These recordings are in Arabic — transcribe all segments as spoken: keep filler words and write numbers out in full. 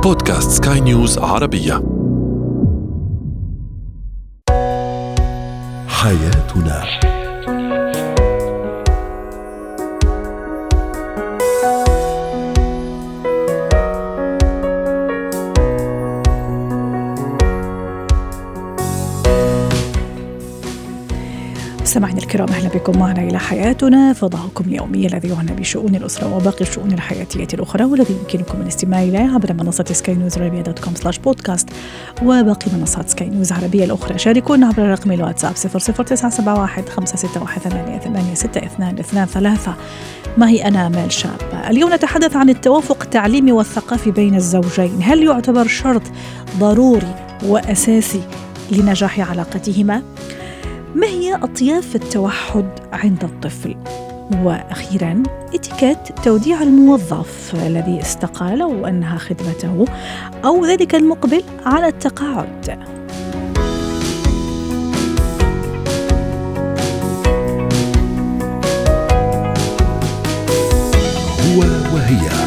بودكاست سكاي نيوز عربية. حياتنا. سمعنا الكرام، أهلا بكم معنا إلى حياتنا، فضاؤكم اليومي الذي يعنى بشؤون الأسرة وباقي الشؤون الحياتية الأخرى، والذي يمكنكم الاستماع إليه عبر منصة سكاي نيوز عربية دوت كوم سلاش بودكاست وباقي منصات سكاي نيوز عربية الأخرى. شاركونا عبر رقم الواتساب صفر صفر تسعة سبعة واحد خمسة ستة واحد ثمانية ثمانية ستة اثنان اثنان ثلاثة. معي أنا آمال شابة. اليوم نتحدث عن التوافق التعليمي والثقافي بين الزوجين. هل يعتبر شرط ضروري وأساسي لنجاح علاقتهما؟ ما هي أطياف التوحد عند الطفل؟ وأخيراً اتيكيت توديع الموظف الذي استقال أو أنهى خدمته أو ذلك المقبل على التقاعد. هو وهي.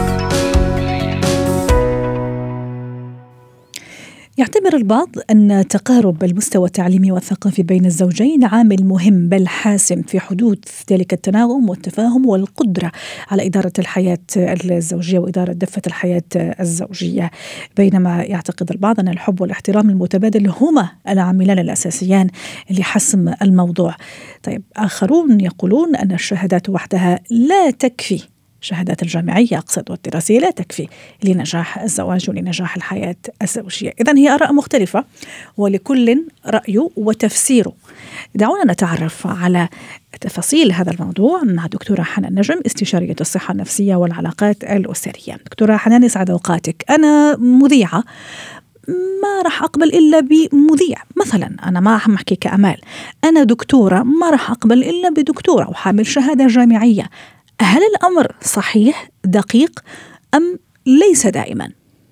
يعتبر البعض أن تقارب المستوى التعليمي والثقافي بين الزوجين عامل مهم بل حاسم في حدوث ذلك التناغم والتفاهم والقدرة على إدارة الحياة الزوجية وإدارة دفة الحياة الزوجية، بينما يعتقد البعض أن الحب والاحترام المتبادل هما العاملان الأساسيان لحسم الموضوع. طيب، آخرون يقولون أن الشهادات وحدها لا تكفي، شهادات الجامعية أقصد والدراسية لا تكفي لنجاح الزواج ولنجاح الحياة الزوجية. إذن هي آراء مختلفة ولكل رأيه وتفسيره. دعونا نتعرف على تفاصيل هذا الموضوع مع دكتورة حنان نجم، استشارية الصحة النفسية والعلاقات الأسرية. دكتورة حنان، يسعد أوقاتك. أنا مذيعة، ما راح أقبل إلا بمذيع مثلا، أنا ما راح أحكي كأمال. أنا دكتورة، ما راح أقبل إلا بدكتورة وحامل شهادة جامعية. هل الأمر صحيح دقيق أم ليس دائما؟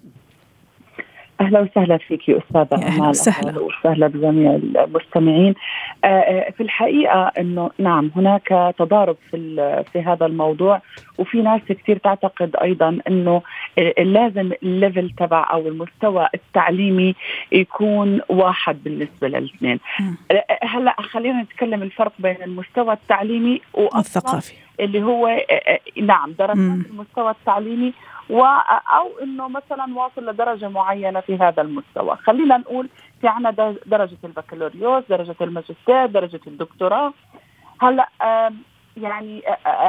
أهلا وسهلا فيك يا أستاذة أمال، أهلا وسهلا بجميع المستمعين. في الحقيقة أنه نعم هناك تضارب في في هذا الموضوع، وفي ناس كتير تعتقد أيضا أنه لازم الليفل تبع أو المستوى التعليمي يكون واحد بالنسبة للاثنين. هلأ خلينا نتكلم الفرق بين المستوى التعليمي والثقافي اللي هو نعم درجات المستوى التعليمي، أو إنه مثلا واصل لدرجة معينة في هذا المستوى. خلينا نقول في عنا درجة البكالوريوس، درجة الماجستير، درجة الدكتوراه. هلا يعني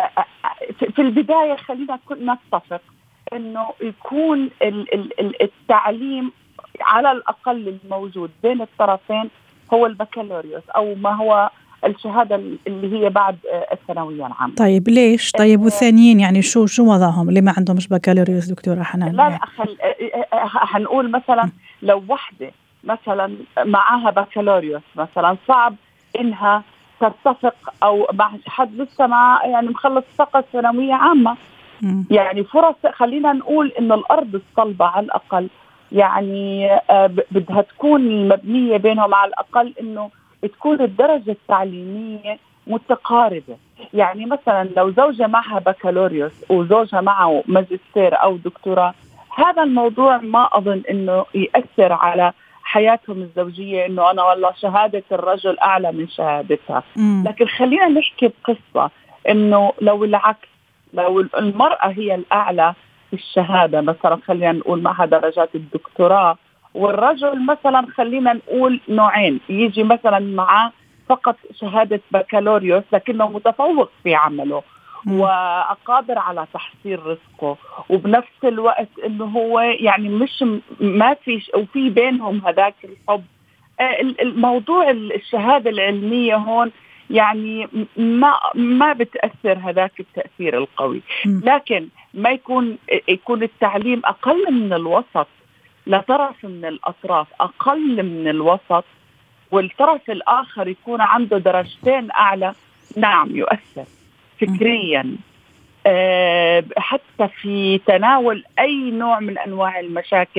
في البداية خلينا نتفق إنه يكون التعليم على الأقل الموجود بين الطرفين هو البكالوريوس أو ما هو الشهادة اللي هي بعد الثانوية العامة. طيب ليش؟ طيب والثانيين يعني شو شو وضعهم اللي ما عندهمش بكالوريوس دكتورة حنان؟ لا لا خل... هنقول مثلا لو وحدة مثلا معها بكالوريوس مثلا صعب إنها تتفق أو مع حد لسه مع يعني مخلص فقط ثانوية عامة. م. يعني فرص، خلينا نقول إنه الأرض الصلبة على الأقل يعني بدها تكون مبنية بينهم على الأقل إنه تكون الدرجة التعليمية متقاربة. يعني مثلا لو زوجة معها بكالوريوس وزوجها معه ماجستير أو دكتوراه، هذا الموضوع ما أظن إنه يأثر على حياتهم الزوجية، إنه أنا والله شهادة الرجل أعلى من شهادتها. م. لكن خلينا نحكي بقصة إنه لو العكس، لو المرأة هي الأعلى في الشهادة مثلا، خلينا نقول معها درجات الدكتوراه، والرجل مثلا خلينا نقول نوعين، يجي مثلا معه فقط شهادة بكالوريوس لكنه متفوق في عمله م. وقادر على تحصيل رزقه، وبنفس الوقت انه هو يعني مش ما في وفي بينهم هذاك الحب. الموضوع الشهادة العلمية هون يعني ما ما بتأثر هذاك التأثير القوي. م. لكن ما يكون يكون التعليم أقل من الوسط لطرف من الأطراف، أقل من الوسط، والطرف الآخر يكون عنده درجتين أعلى، نعم يؤثر فكريا أه حتى في تناول أي نوع من أنواع المشاكل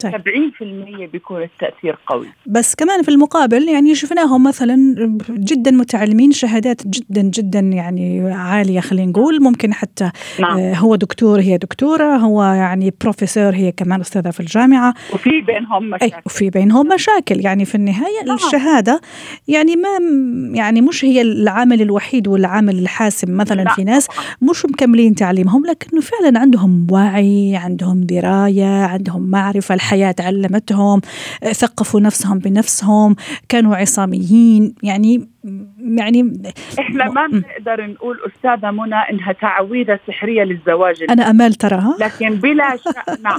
سبعين بالمئة بيكون التأثير قوي. بس كمان في المقابل يعني شفناهم مثلا جدا متعلمين، شهادات جدا جدا يعني عالية، خلينا نقول ممكن حتى نعم. آه هو دكتور هي دكتورة، هو يعني بروفيسور هي كمان أستاذة في الجامعة، وفي بينهم مشاكل. أي وفي بينهم مشاكل. يعني في النهاية نعم. الشهادة يعني ما يعني مش هي العامل الوحيد والعامل الحاسم. مثلا لا. في ناس طبعا. مش مكملين تعليمهم لكنه فعلا عندهم وعي، عندهم دراية، عندهم معرفة، الحياة علمتهم، ثقفوا نفسهم بنفسهم، كانوا عصاميين. يعني يعني احنا ما بنقدر نقول أستاذة منى إنها تعويذة سحرية للزواج. أنا أمال تراها، لكن بلا شك نعم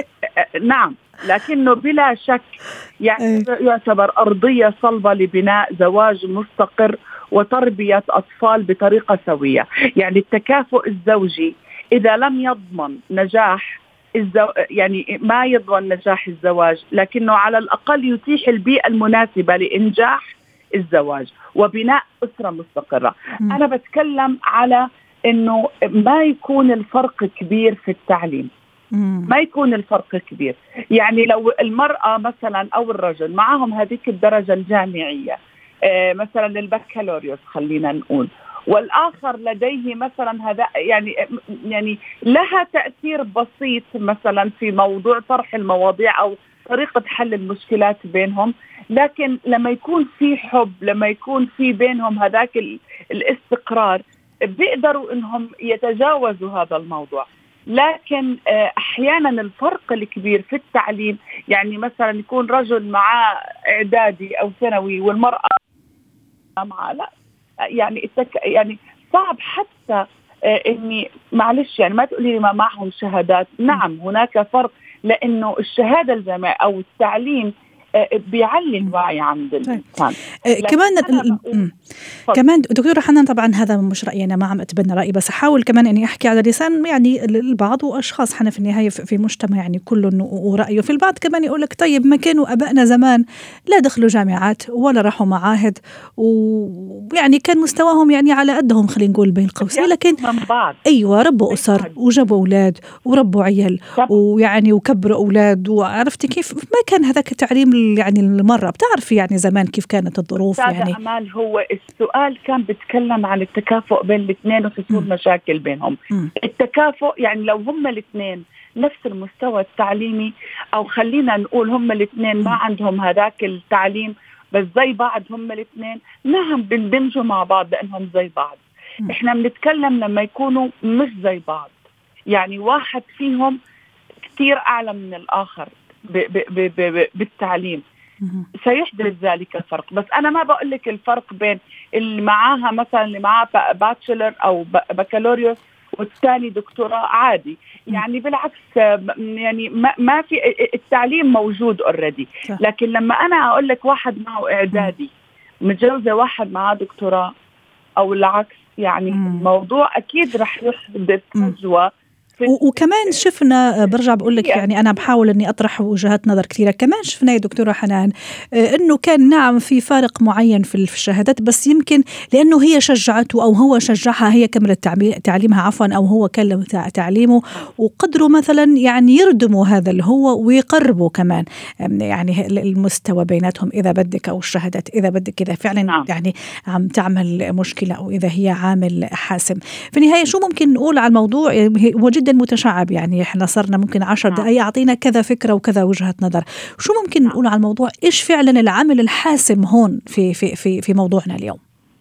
نعم لكنه بلا شك يعني يعتبر أرضية صلبة لبناء زواج مستقر وتربية أطفال بطريقة سوية. يعني التكافؤ الزوجي إذا لم يضمن نجاح الزو... يعني ما يضمن نجاح الزواج، لكنه على الأقل يتيح البيئة المناسبة لإنجاح الزواج وبناء أسرة مستقرة. م. أنا بتكلم على إنه ما يكون الفرق كبير في التعليم، م. ما يكون الفرق كبير. يعني لو المرأة مثلا أو الرجل معهم هذيك الدرجة الجامعية آه مثلا البكالوريوس خلينا نقول، والآخر لديه مثلا هذا يعني يعني لها تأثير بسيط مثلا في موضوع طرح المواضيع أو طريقة حل المشكلات بينهم، لكن لما يكون في حب، لما يكون في بينهم هذاك الاستقرار، بيقدروا إنهم يتجاوزوا هذا الموضوع. لكن أحيانا الفرق الكبير في التعليم، يعني مثلا يكون رجل معاه إعدادي أو ثانوي والمرأة معاه لا، يعني التك... يعني صعب حتى إني معلش يعني ما تقولي ما معهم شهادات. نعم هناك فرق، لأنه الشهادة الجامعية أو التعليم بيعلي الوعي عند الإنسان. كمان ال... كمان دكتورة حنان، طبعا هذا مش رأيي، أنا ما عم أتبنى رأيي، بس أحاول كمان أني أحكي على لسان يعني البعض، وأشخاص حنا في النهاية في مجتمع يعني كله ورأيه. في البعض كمان يقول لك طيب ما كانوا أبائنا زمان لا دخلوا جامعات ولا راحوا معاهد، ويعني كان مستواهم يعني على قدهم خلينا نقول بين قوسين، لكن أيوة ربوا أسر وجابوا أولاد وربوا عيال ويعني وكبروا أولاد، وعرفتي كيف ما كان هذاك التعليم يعني المرة. بتعرفي يعني زمان كيف كانت الظروف. يعني أمال هو السؤال كان بيتكلم عن التكافؤ بين الاثنين وحصول مشاكل بينهم. م. التكافؤ يعني لو هم الاثنين نفس المستوى التعليمي، أو خلينا نقول هم الاثنين ما عندهم هذاك التعليم بس زي بعض هم الاثنين، نعم بندمجوا مع بعض لأنهم زي بعض. م. إحنا بنتكلم لما يكونوا مش زي بعض، يعني واحد فيهم كتير أعلى من الآخر ب ب ب ب بالتعليم، سيحدث ذلك الفرق. بس أنا ما بقول لك الفرق بين اللي معاها مثلا اللي معاه باتشلر أو بكالوريوس والثاني دكتوراه عادي، يعني بالعكس يعني ما, ما في التعليم موجود اوريدي. لكن لما أنا أقول لك واحد معه إعدادي متجوزة واحد معاه دكتوراه أو العكس، يعني الموضوع أكيد رح يحدث فجوة. وكمان شفنا، برجع بقول لك يعني أنا بحاول إني أطرح وجهات نظر كثيرة، كمان شفنا يا دكتورة حنان إنه كان نعم في فارق معين في الشهادات، بس يمكن لأنه هي شجعته أو هو شجعها، هي كملت تعليمها عفوا أو هو كلم تعليمه، وقدروا مثلا يعني يردموا هذا اللي هو ويقربوا كمان يعني المستوى بيناتهم إذا بدك، أو الشهادات إذا بدك، إذا فعلا يعني عم تعمل مشكلة أو إذا هي عامل حاسم. في النهاية شو ممكن نقول على الموضوع؟ هو جدا متشعب، يعني احنا صرنا ممكن عشر دقائق أعطينا كذا فكرة وكذا وجهة نظر. شو ممكن نقول على الموضوع؟ إيش فعلا العامل الحاسم هون في في في في موضوعنا اليوم؟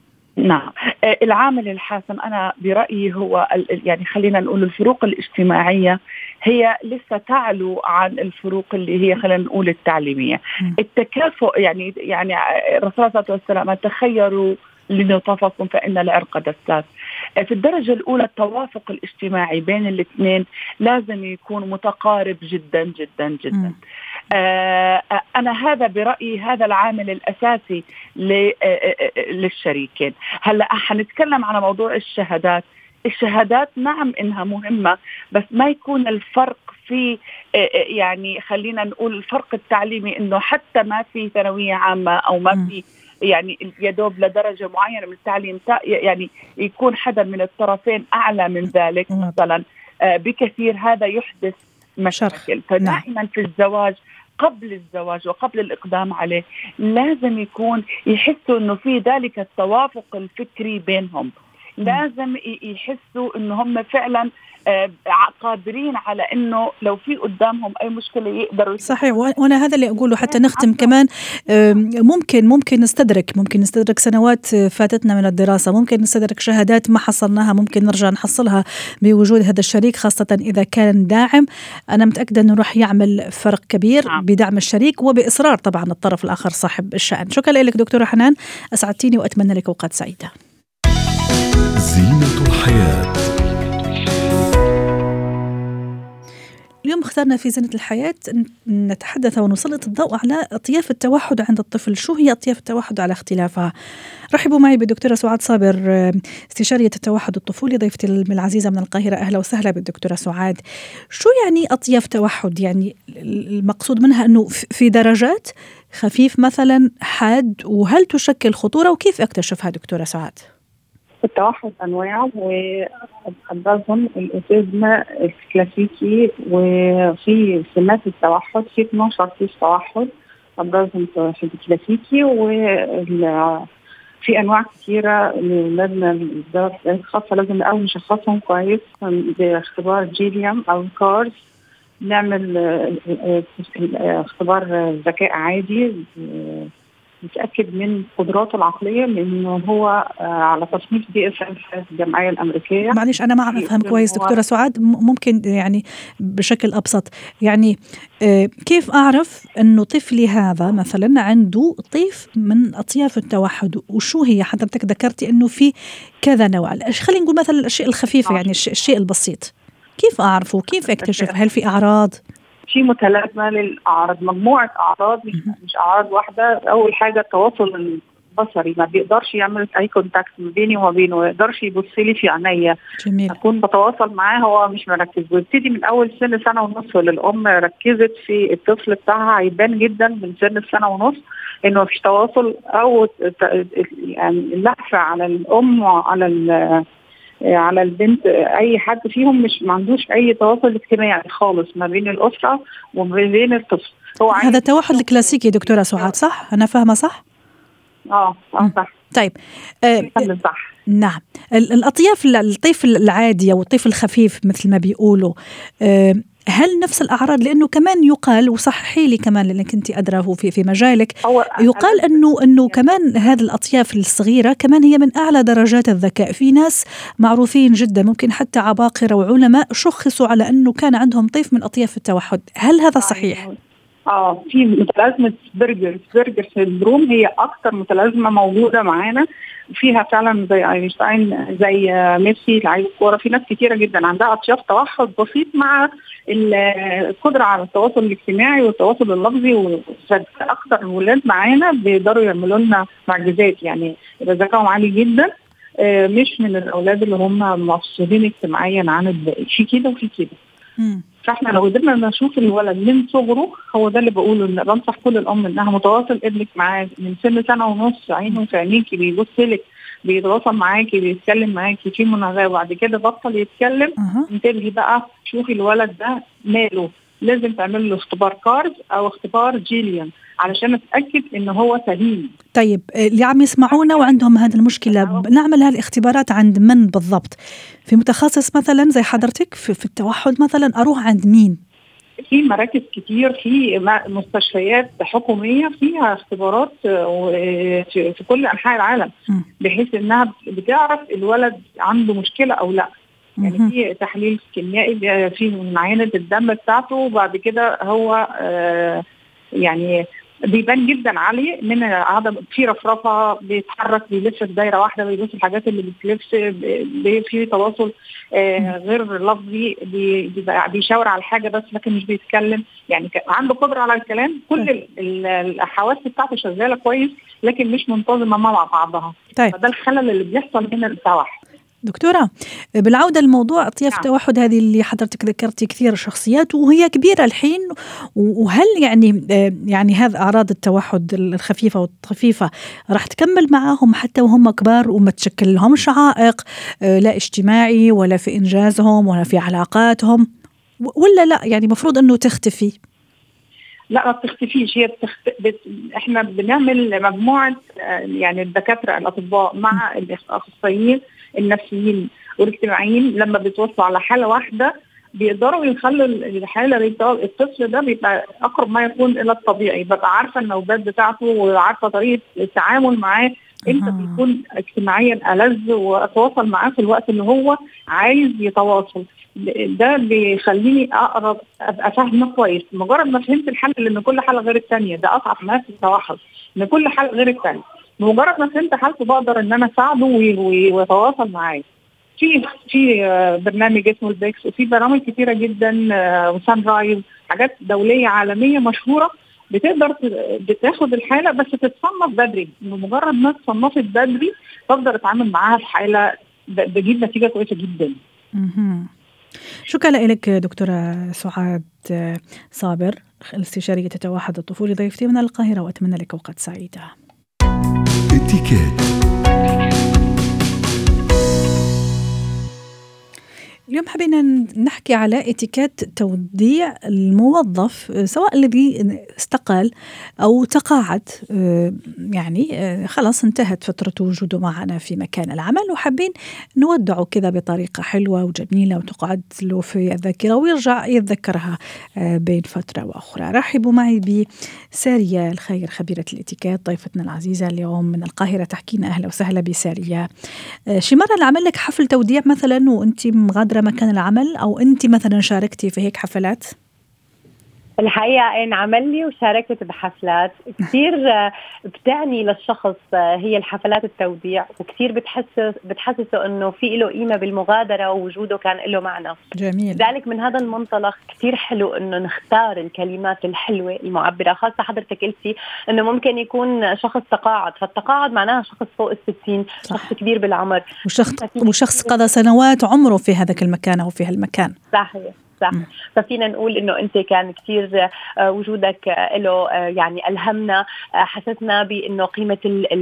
نعم العامل الحاسم أنا برأيي هو يعني خلينا نقول الفروق الاجتماعية هي لسه تعلو عن الفروق اللي هي خلينا نقول التعليمية. م. التكافؤ يعني يعني الرسول صلى الله عليه وسلم تخيروا لنطفكم فإن العرق دساس. في الدرجة الأولى التوافق الاجتماعي بين الاثنين لازم يكون متقارب جدا جدا جدا. آه أنا هذا برأيي هذا العامل الأساسي للشريكين. هلأ حنتكلم على موضوع الشهادات. الشهادات نعم إنها مهمة، بس ما يكون الفرق في يعني خلينا نقول الفرق التعليمي إنه حتى ما في ثانوية عامة أو ما في يعني يدوب لدرجة معينة من التعليم، يعني يكون حدا من الطرفين أعلى من ذلك مثلا بكثير، هذا يحدث مشاكل. فدائما في الزواج قبل الزواج وقبل الإقدام عليه لازم يكون يحسوا إنه في ذلك التوافق الفكري بينهم. لازم يحسوا إنه هم فعلا قادرين على إنه لو في قدامهم أي مشكلة يقدروا. صحيح، وأنا هذا اللي أقوله حتى نختم كمان. ممكن ممكن نستدرك ممكن نستدرك سنوات فاتتنا من الدراسة، ممكن نستدرك شهادات ما حصلناها، ممكن نرجع نحصلها بوجود هذا الشريك، خاصة إذا كان داعم. أنا متأكدة أنه راح يعمل فرق كبير بدعم الشريك وبإصرار طبعا الطرف الآخر صاحب الشأن. شكرا لك دكتورة حنان، أسعدتيني وأتمنى لك أوقات سعيدة. زينة الحياة. اليوم اخترنا في زينة الحياة نتحدث ونسلط الضوء على أطياف التوحد عند الطفل. شو هي أطياف التوحد على اختلافها؟ رحبوا معي بالدكتورة سعاد صابر، استشارية التوحد الطفولي، ضيفتي العزيزة من القاهرة. أهلا وسهلا بالدكتورة سعاد. شو يعني أطياف توحد؟ يعني المقصود منها أنه في درجات، خفيف مثلا، حاد، وهل تشكل خطورة، وكيف اكتشفها دكتورة سعاد؟ التوحد أنواع، وأبرزهم الأوتيزم الكلاسيكي، وفي سمات التوحد في اثناشر كيس توحد، أبرزهم التوحد الكلاسيكي. وفي أنواع كثيرة لازم الدراسة الخاصة لازم الأول نشخصهم كويس باختبار جيليام أو كارز. نعمل اختبار ذكاء عادي نتأكد من قدراته العقلية، لأنه هو على تصنيف دي اس ام في الجمعية الأمريكية. معلش أنا ما عم أفهم كويس دكتورة سعاد، ممكن يعني بشكل أبسط، يعني كيف أعرف أنه طفلي هذا مثلا عنده طيف من أطياف التوحد؟ وشو هي؟ حضرتك ذكرتي أنه في كذا نوع، خلينا نقول مثلا الأشياء الخفيفة، يعني الشيء البسيط، كيف أعرفه؟ كيف أكتشف؟ هل في أعراض؟ في متلازمة للأعراض، مجموعة أعراض مش, مش أعراض واحدة. أول حاجة التواصل البصري، ما بيقدرش يعمل أي كونتاكت ما بيني وما بينه، ما يقدرش يبص لي في عينيا. جميل. أكون بتواصل معاه هو مش مركز، ويبتدي من أول سن سنة ونص. للأم ركزت في الطفل بتاعها هيبان جدا من سن السنة ونص إنه مفيش تواصل، أو يعني اللهفة على الأم وعلى على البنت، اي حد فيهم مش ما عندوش اي تواصل اجتماعي خالص ما بين الاسره وما بين الطفل. هو هذا التوحد الكلاسيكي دكتوره سعاد، صح؟ انا فاهمه صح؟ اه اه صح. طيب آه صح. نعم. الاطياف، الطيف العادي او الطيف الخفيف مثل ما بيقولوا، آه هل نفس الأعراض؟ لأنه كمان يقال، وصححي لي كمان لأنك أنت أدرى في في مجالك، يقال أنه أنه كمان هذه الأطياف الصغيرة كمان هي من أعلى درجات الذكاء. في ناس معروفين جدا، ممكن حتى عباقرة وعلماء شخصوا على أنه كان عندهم طيف من أطياف التوحد. هل هذا صحيح؟ اه في متلازمة برجر برجر سيندروم، هي أكثر متلازمة موجودة معانا، فيها فعلا زي اينشتاين، زي ميسي لعيب كوره. في ناس كتيره جدا عندها اطياف توحد بسيط مع القدره على التواصل الاجتماعي والتواصل اللفظي، واكثر الولاد معانا بيقدروا يعملوا لنا معجزات، يعني ذكائهم عالي جدا، مش من الاولاد اللي هم مفصولين اجتماعيا عن الباقي. في كده وفي كده. فاحنا لو قدرنا نشوف الولد من صغره، هو ده اللي بقوله، ان بنصح كل الام انها متواصل ابنك معاه من سن سنه ونص، عينه في عينيكي، بيبص لك، بيتواصل معاكي، بيتكلم معاكي في مناغاه، وبعد كده بطل يتكلم. أه. انتبهي بقى، شوفي الولد ده ماله، لازم تعمل له اختبار كارز او اختبار جيليان علشان اتاكد ان هو سليم. طيب اللي عم يسمعونا وعندهم هذه المشكله، نعمل هالاختبارات عند من بالضبط؟ في متخصص مثلا زي حضرتك في, في التوحد مثلا، اروح عند مين؟ في مراكز كتير، في مستشفيات حكوميه فيها اختبارات في كل انحاء العالم، بحيث انها بتعرف الولد عنده مشكله او لا. يعني في تحليل كيميائي في من عينه الدم بتاعته، وبعد كده هو آه يعني بيبان جدا عليه من عدم في رفرفه، بيتحرك، بيلف في دايره واحده، بيبص الحاجات اللي بتلف، في تواصل آه غير لفظي، بيشاور على الحاجه بس لكن مش بيتكلم، يعني عنده قدره على الكلام، كل الحواس بتاعته شغاله كويس لكن مش منتظمه مع بعضها. طيب. فده الخلل اللي بيحصل هنا التوحد. دكتورة، بالعودة للموضوع أطياف التوحد هذه اللي حضرتك ذكرتي كثير شخصيات وهي كبيرة الحين، وهل يعني يعني هذا أعراض التوحد الخفيفة والخفيفة راح تكمل معهم حتى وهم كبار وما تشكل لهمش عائق لا اجتماعي ولا في إنجازهم ولا في علاقاتهم، ولا لا يعني مفروض أنه تختفي؟ لا ما بتختفيش، هي بتخت... بت... احنا بنعمل مجموعه يعني الدكاتره الاطباء مع الاخصائيين النفسيين والاجتماعيين لما بيتوصلوا على حاله واحده بيقدروا يخلوا الحاله الطفل ده بيبقى اقرب ما يكون الى الطبيعي، ببقى عارفه النوبات بتاعته وعارفه طريقه التعامل معاه امتى بيكون اجتماعيا ألذ واتواصل معاه في الوقت اللي هو عايز يتواصل. ده بيخليني اقرب ابقى فاهمه كويس. مجرد ما فهمت الحاله، لان كل حاله غير الثانيه، ده اصعب ما في التوحد ان كل حاله غير الثانيه. مجرد ما فهمت حالته بقدر ان انا اساعده ويتواصل معايا. في في برنامج اسمه البيكس، وفي برامج كتيره جدا وسان رايز، حاجات دوليه عالميه مشهوره بتقدر بتاخد الحاله بس تتصنف بدري. مجرد ما اتصنفت بدري بقدر اتعامل معاها في حاله بجيب نتيجه كويسه جدا. شكرا لك دكتورة سعاد صابر، الاستشارية التوحد الطفولي، ضيفتي من القاهرة، وأتمنى لك أوقات سعيدة. اليوم حبينا نحكي على اتيكيت توديع الموظف، سواء الذي استقال أو تقاعد، يعني خلاص انتهت فترة وجوده معنا في مكان العمل، وحابين نودعه كذا بطريقة حلوة وجميلة وتقعد له في الذاكرة ويرجع يتذكرها بين فترة وأخرى. رحبوا معي بسارية الخير، خبيرة الاتيكيت، ضيفتنا العزيزة اليوم من القاهرة، تحكينا. أهلا وسهلا بسارية. شي مرة العمل لك حفل توديع مثلا وانت مغادرة مكان العمل، أو أنت مثلا شاركتي في هيك حفلات؟ الحقيقة أنا عمل لي وشاركت بحفلات كثير بتعني للشخص هي الحفلات التوديع، وكثير بتحسس بتحسسه أنه في له قيمة بالمغادرة ووجوده كان له معنى. جميل. ذلك من هذا المنطلق كثير حلو أنه نختار الكلمات الحلوة المعبرة. خاصة حضرتك قلتي أنه ممكن يكون شخص تقاعد، فالتقاعد معناها شخص فوق الستين، شخص كبير بالعمر، وشخص, وشخص قضى سنوات عمره في هذاك المكان أو في هالمكان. صحيح صح. ففينا نقول انه انت كان كثير وجودك له يعني الهمنا، حسسنا بانه قيمه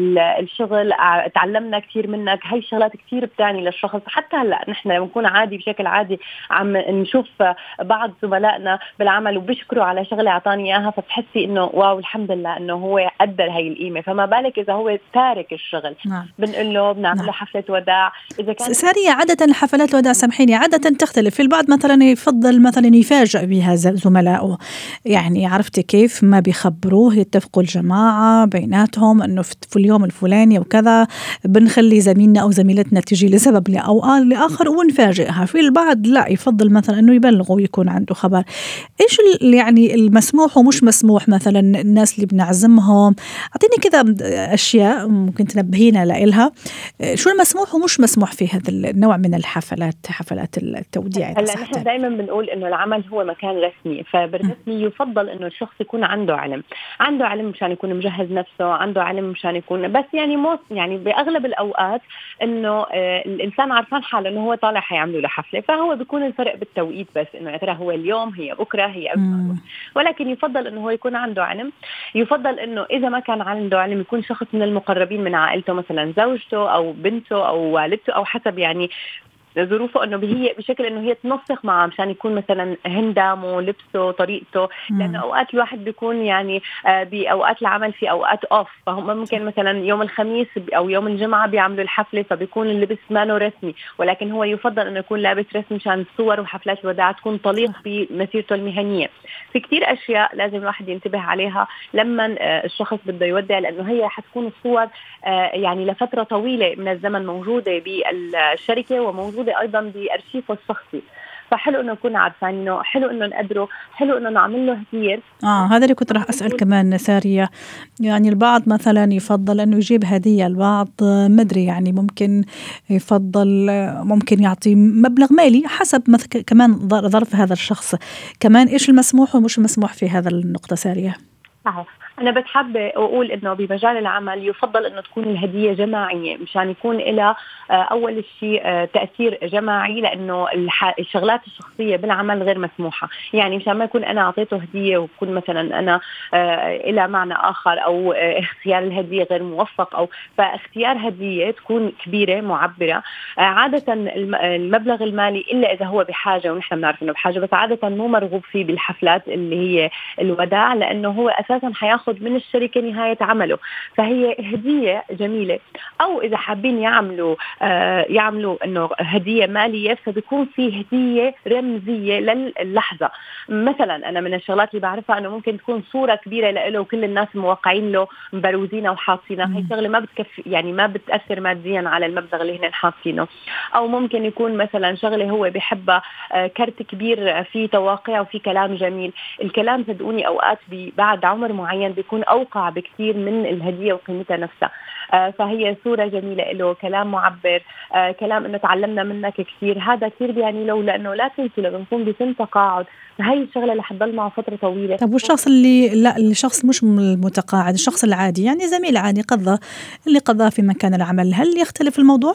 الشغل، تعلمنا كثير منك. هاي الشغلات كثير بتعني للشخص. حتى هلا نحن لما نكون عادي بشكل عادي عم نشوف بعض زملائنا بالعمل وبشكروا على شغله اعطاني اياها، فبتحسي انه واو الحمد لله انه هو قدر هاي القيمه. فما بالك اذا هو تارك الشغل. نعم. بنقول له بنعمل له نعم. حفله وداع. اذا كان سارية، عاده حفلات الوداع سامحيني عاده تختلف. في البعض مثلا يفضل مثلا يفاجئ بها زملائه، يعني عرفتي كيف، ما بيخبروه، يتفقوا الجماعة بيناتهم انه في اليوم الفلاني وكذا بنخلي زميلنا او زميلتنا تجي لسبب او لآخر ونفاجئها. في البعض لا، يفضل مثلا انه يبلغوا ويكون عنده خبر. ايش يعني المسموح ومش مسموح؟ مثلا الناس اللي بنعزمهم، اعطيني كذا اشياء ممكن تنبهينا لها، شو المسموح ومش مسموح في هذا النوع من الحفلات، حفلات التوديع. هلا نحن دائما بنقول انه العمل هو مكان رسمي، فبالرسمي يفضل انه الشخص يكون عنده علم، عنده علم مشان يكون مجهز نفسه، عنده علم مشان يكون بس يعني موت يعني باغلب الاوقات انه آه الانسان عارفان حاله انه هو طالع حيعملوا له حفله، فهو بيكون الفرق بالتوقيت بس انه يا ترى هو اليوم، هي بكره، هي أبقى. ولكن يفضل انه هو يكون عنده علم. يفضل انه اذا ما كان عنده علم يكون شخص من المقربين من عائلته، مثلا زوجته او بنته او والدته او حسب يعني ظروفه، انه هي بشكل انه هي تنسق معه مشان يكون مثلا هندامه، لبسه، طريقته. لأن اوقات الواحد بيكون يعني باوقات العمل في اوقات اوف، فهم ممكن مثلا يوم الخميس او يوم الجمعه بيعملوا الحفله فبيكون اللبس ما رسمي، ولكن هو يفضل انه يكون لابس رسمي مشان الصور وحفلات الوداع تكون طليق بمسيرته المهنيه. في كتير اشياء لازم الواحد ينتبه عليها لما الشخص بده يودع، لانه هي حتكون الصور يعني لفتره طويله من الزمن موجوده بالشركه وموجوده ايضا بارشيفه الشخصي. فحلو انه نكون عارفينه، حلو انه نقدره، حلو انه نعمل له هديه. اه هذا اللي كنت راح اسال كمان سارية. يعني البعض مثلا يفضل انه يجيب هديه، البعض مدري يعني ممكن يفضل ممكن يعطي مبلغ مالي حسب كمان ظرف هذا الشخص. كمان ايش المسموح ومش المسموح في هذا النقطه سارية؟ صحيح. أنا بتحب أقول إنه بمجال العمل يفضل إنه تكون الهدية جماعية مشان يكون لها أول شيء تأثير جماعي، لأنه الشغلات الشخصية بالعمل غير مسموحة. يعني مشان ما يكون أنا أعطيته هدية ويكون مثلا أنا إلى معنى آخر أو اختيار الهدية غير موفق، أو فاختيار هدية تكون كبيرة معبرة. عادة المبلغ المالي إلا إذا هو بحاجة، ونحن بنعرف إنه بحاجة، بس عادة مو مرغوب فيه بالحفلات اللي هي الوداع، لأنه هو أساسا حياخد من الشركة نهاية عمله، فهي هدية جميلة. أو إذا حابين يعملوا آه يعملوا إنه هدية مالية، فبيكون في هدية رمزية للحظة. مثلا أنا من الشغلات اللي بعرفها إنه ممكن تكون صورة كبيرة له وكل الناس موقعين له مبروزينها وحاطينها، هي شغلة ما بتكفي، يعني ما بتأثر ماديا على المبلغ اللي هن حاطينه. أو ممكن يكون مثلا شغلة هو بيحبها، آه كرت كبير فيه تواقع وفيه كلام جميل. الكلام صدقوني أوقات بعد عمر معين بيكون أوقع بكثير من الهدية وقيمتها نفسها. آه فهي صورة جميلة له، كلام معبر، آه كلام إنه تعلمنا منك كثير، هذا كثير يعني له. لأنه لا تنسوا لما نكون بسن تقاعد فهي الشغلة اللي حتضل معه فترة طويلة. طب والشخص اللي لا الشخص مش المتقاعد، الشخص العادي يعني زميل عادي قضى اللي قضاه في مكان العمل، هل يختلف الموضوع؟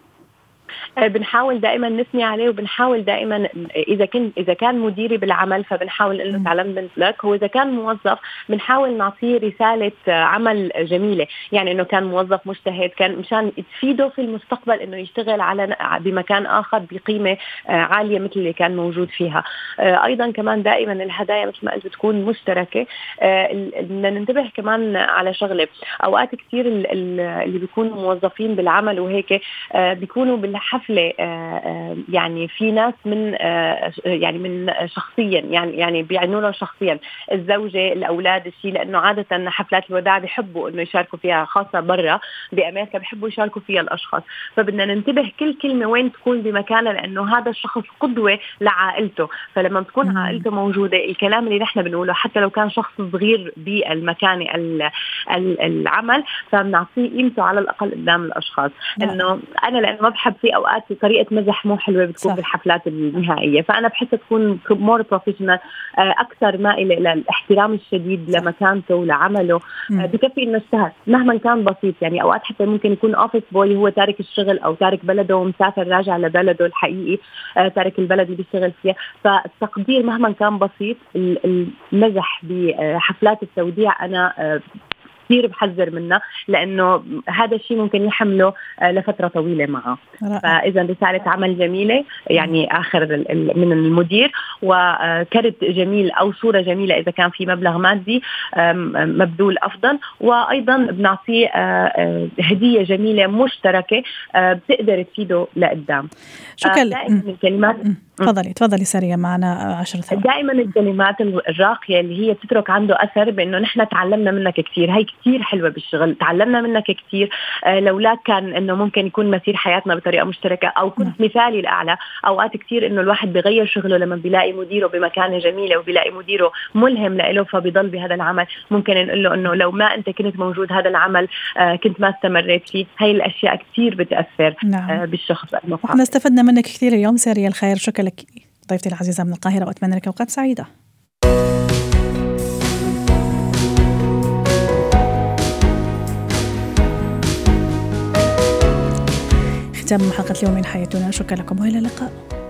بنحاول دائما نثني عليه، وبنحاول دائما اذا كان اذا كان مديري بالعمل فبنحاول انه تعلمت لك، واذا كان موظف بنحاول نعطيه رساله عمل جميله، يعني انه كان موظف مجتهد، كان مشان تفيده في المستقبل انه يشتغل على بمكان اخر بقيمه عاليه مثل اللي كان موجود فيها. ايضا كمان دائما الهدايا مثل ما قلت بتكون مشتركه. بدنا ننتبه كمان على شغله، اوقات كثير اللي بيكونوا موظفين بالعمل وهيك بيكونوا بالحفله يعني في ناس من يعني من شخصيا يعني يعني بيعنوا له شخصيا الزوجه الاولاد الشيء، لانه عاده حفلات الوداع بيحبوا انه يشاركوا فيها، خاصه برا بامريكا بيحبوا يشاركوا فيها الاشخاص. فبدنا ننتبه كل كلمه وين تكون بمكانها، لانه هذا الشخص قدوه لعائلته، فلما تكون عائلته موجوده الكلام اللي نحن بنقوله حتى لو كان شخص صغير بالمكان العمل فبنعطيه قيمته على الاقل قدام الاشخاص. انه انا لانه ما بحب في اوقات طريقه مزح مو حلوه بتكون صح. بالحفلات النهائيه، فانا بحس تكون مور بروفيشنال، اكثر مائله للاحترام الشديد صح. لمكانته ولعمله. بكفي انه اشتهر مهما كان بسيط، يعني اوقات حتى ممكن يكون اوفيس بوي هو تارك الشغل او تارك بلده ومسافر راجع لبلده الحقيقي، تارك البلد اللي بيشتغل فيها، فالتقدير مهما كان بسيط. المزح بحفلات التوديع انا كثير بحذر منه، لأنه هذا الشيء ممكن يحمله لفترة طويلة معه. فإذا رسالة عمل جميلة يعني آخر من المدير، وكرت جميل أو صورة جميلة إذا كان في مبلغ مادي مبذول أفضل، وأيضا بنعطيه هدية جميلة مشتركة بتقدر تفيده لقدام. شكرا. دائما الكلمات تفضلي تفضلي سريع معنا عشر ثواني. دائما الكلمات الراقية اللي هي بتترك عنده أثر، بأنه نحن تعلمنا منك كثير، هاي كثير حلوة بالشغل، تعلمنا منك كثير. آه لولا كان إنه ممكن يكون مسير حياتنا بطريقة مشتركة، أو كنت مثالي الأعلى. أوقات كثير إنه الواحد بيغير شغله لما بيلاقي مديره بمكانة جميلة وبيلاقي مديره ملهم له فبيضل بهذا العمل. ممكن نقول له إنه لو ما أنت كنت موجود هذا العمل آه كنت ما استمريت فيه. هاي الأشياء كثير بتأثر نعم. آه بالشخص المقابل. احنا استفدنا منك كثير اليوم. سارية الخير، شكرا لك ضيفتي العزيزة من القاهرة، وأتمنى لك أوقات سعيدة. ختام حلقة اليوم من حياتنا، شكرا لكم وإلى اللقاء.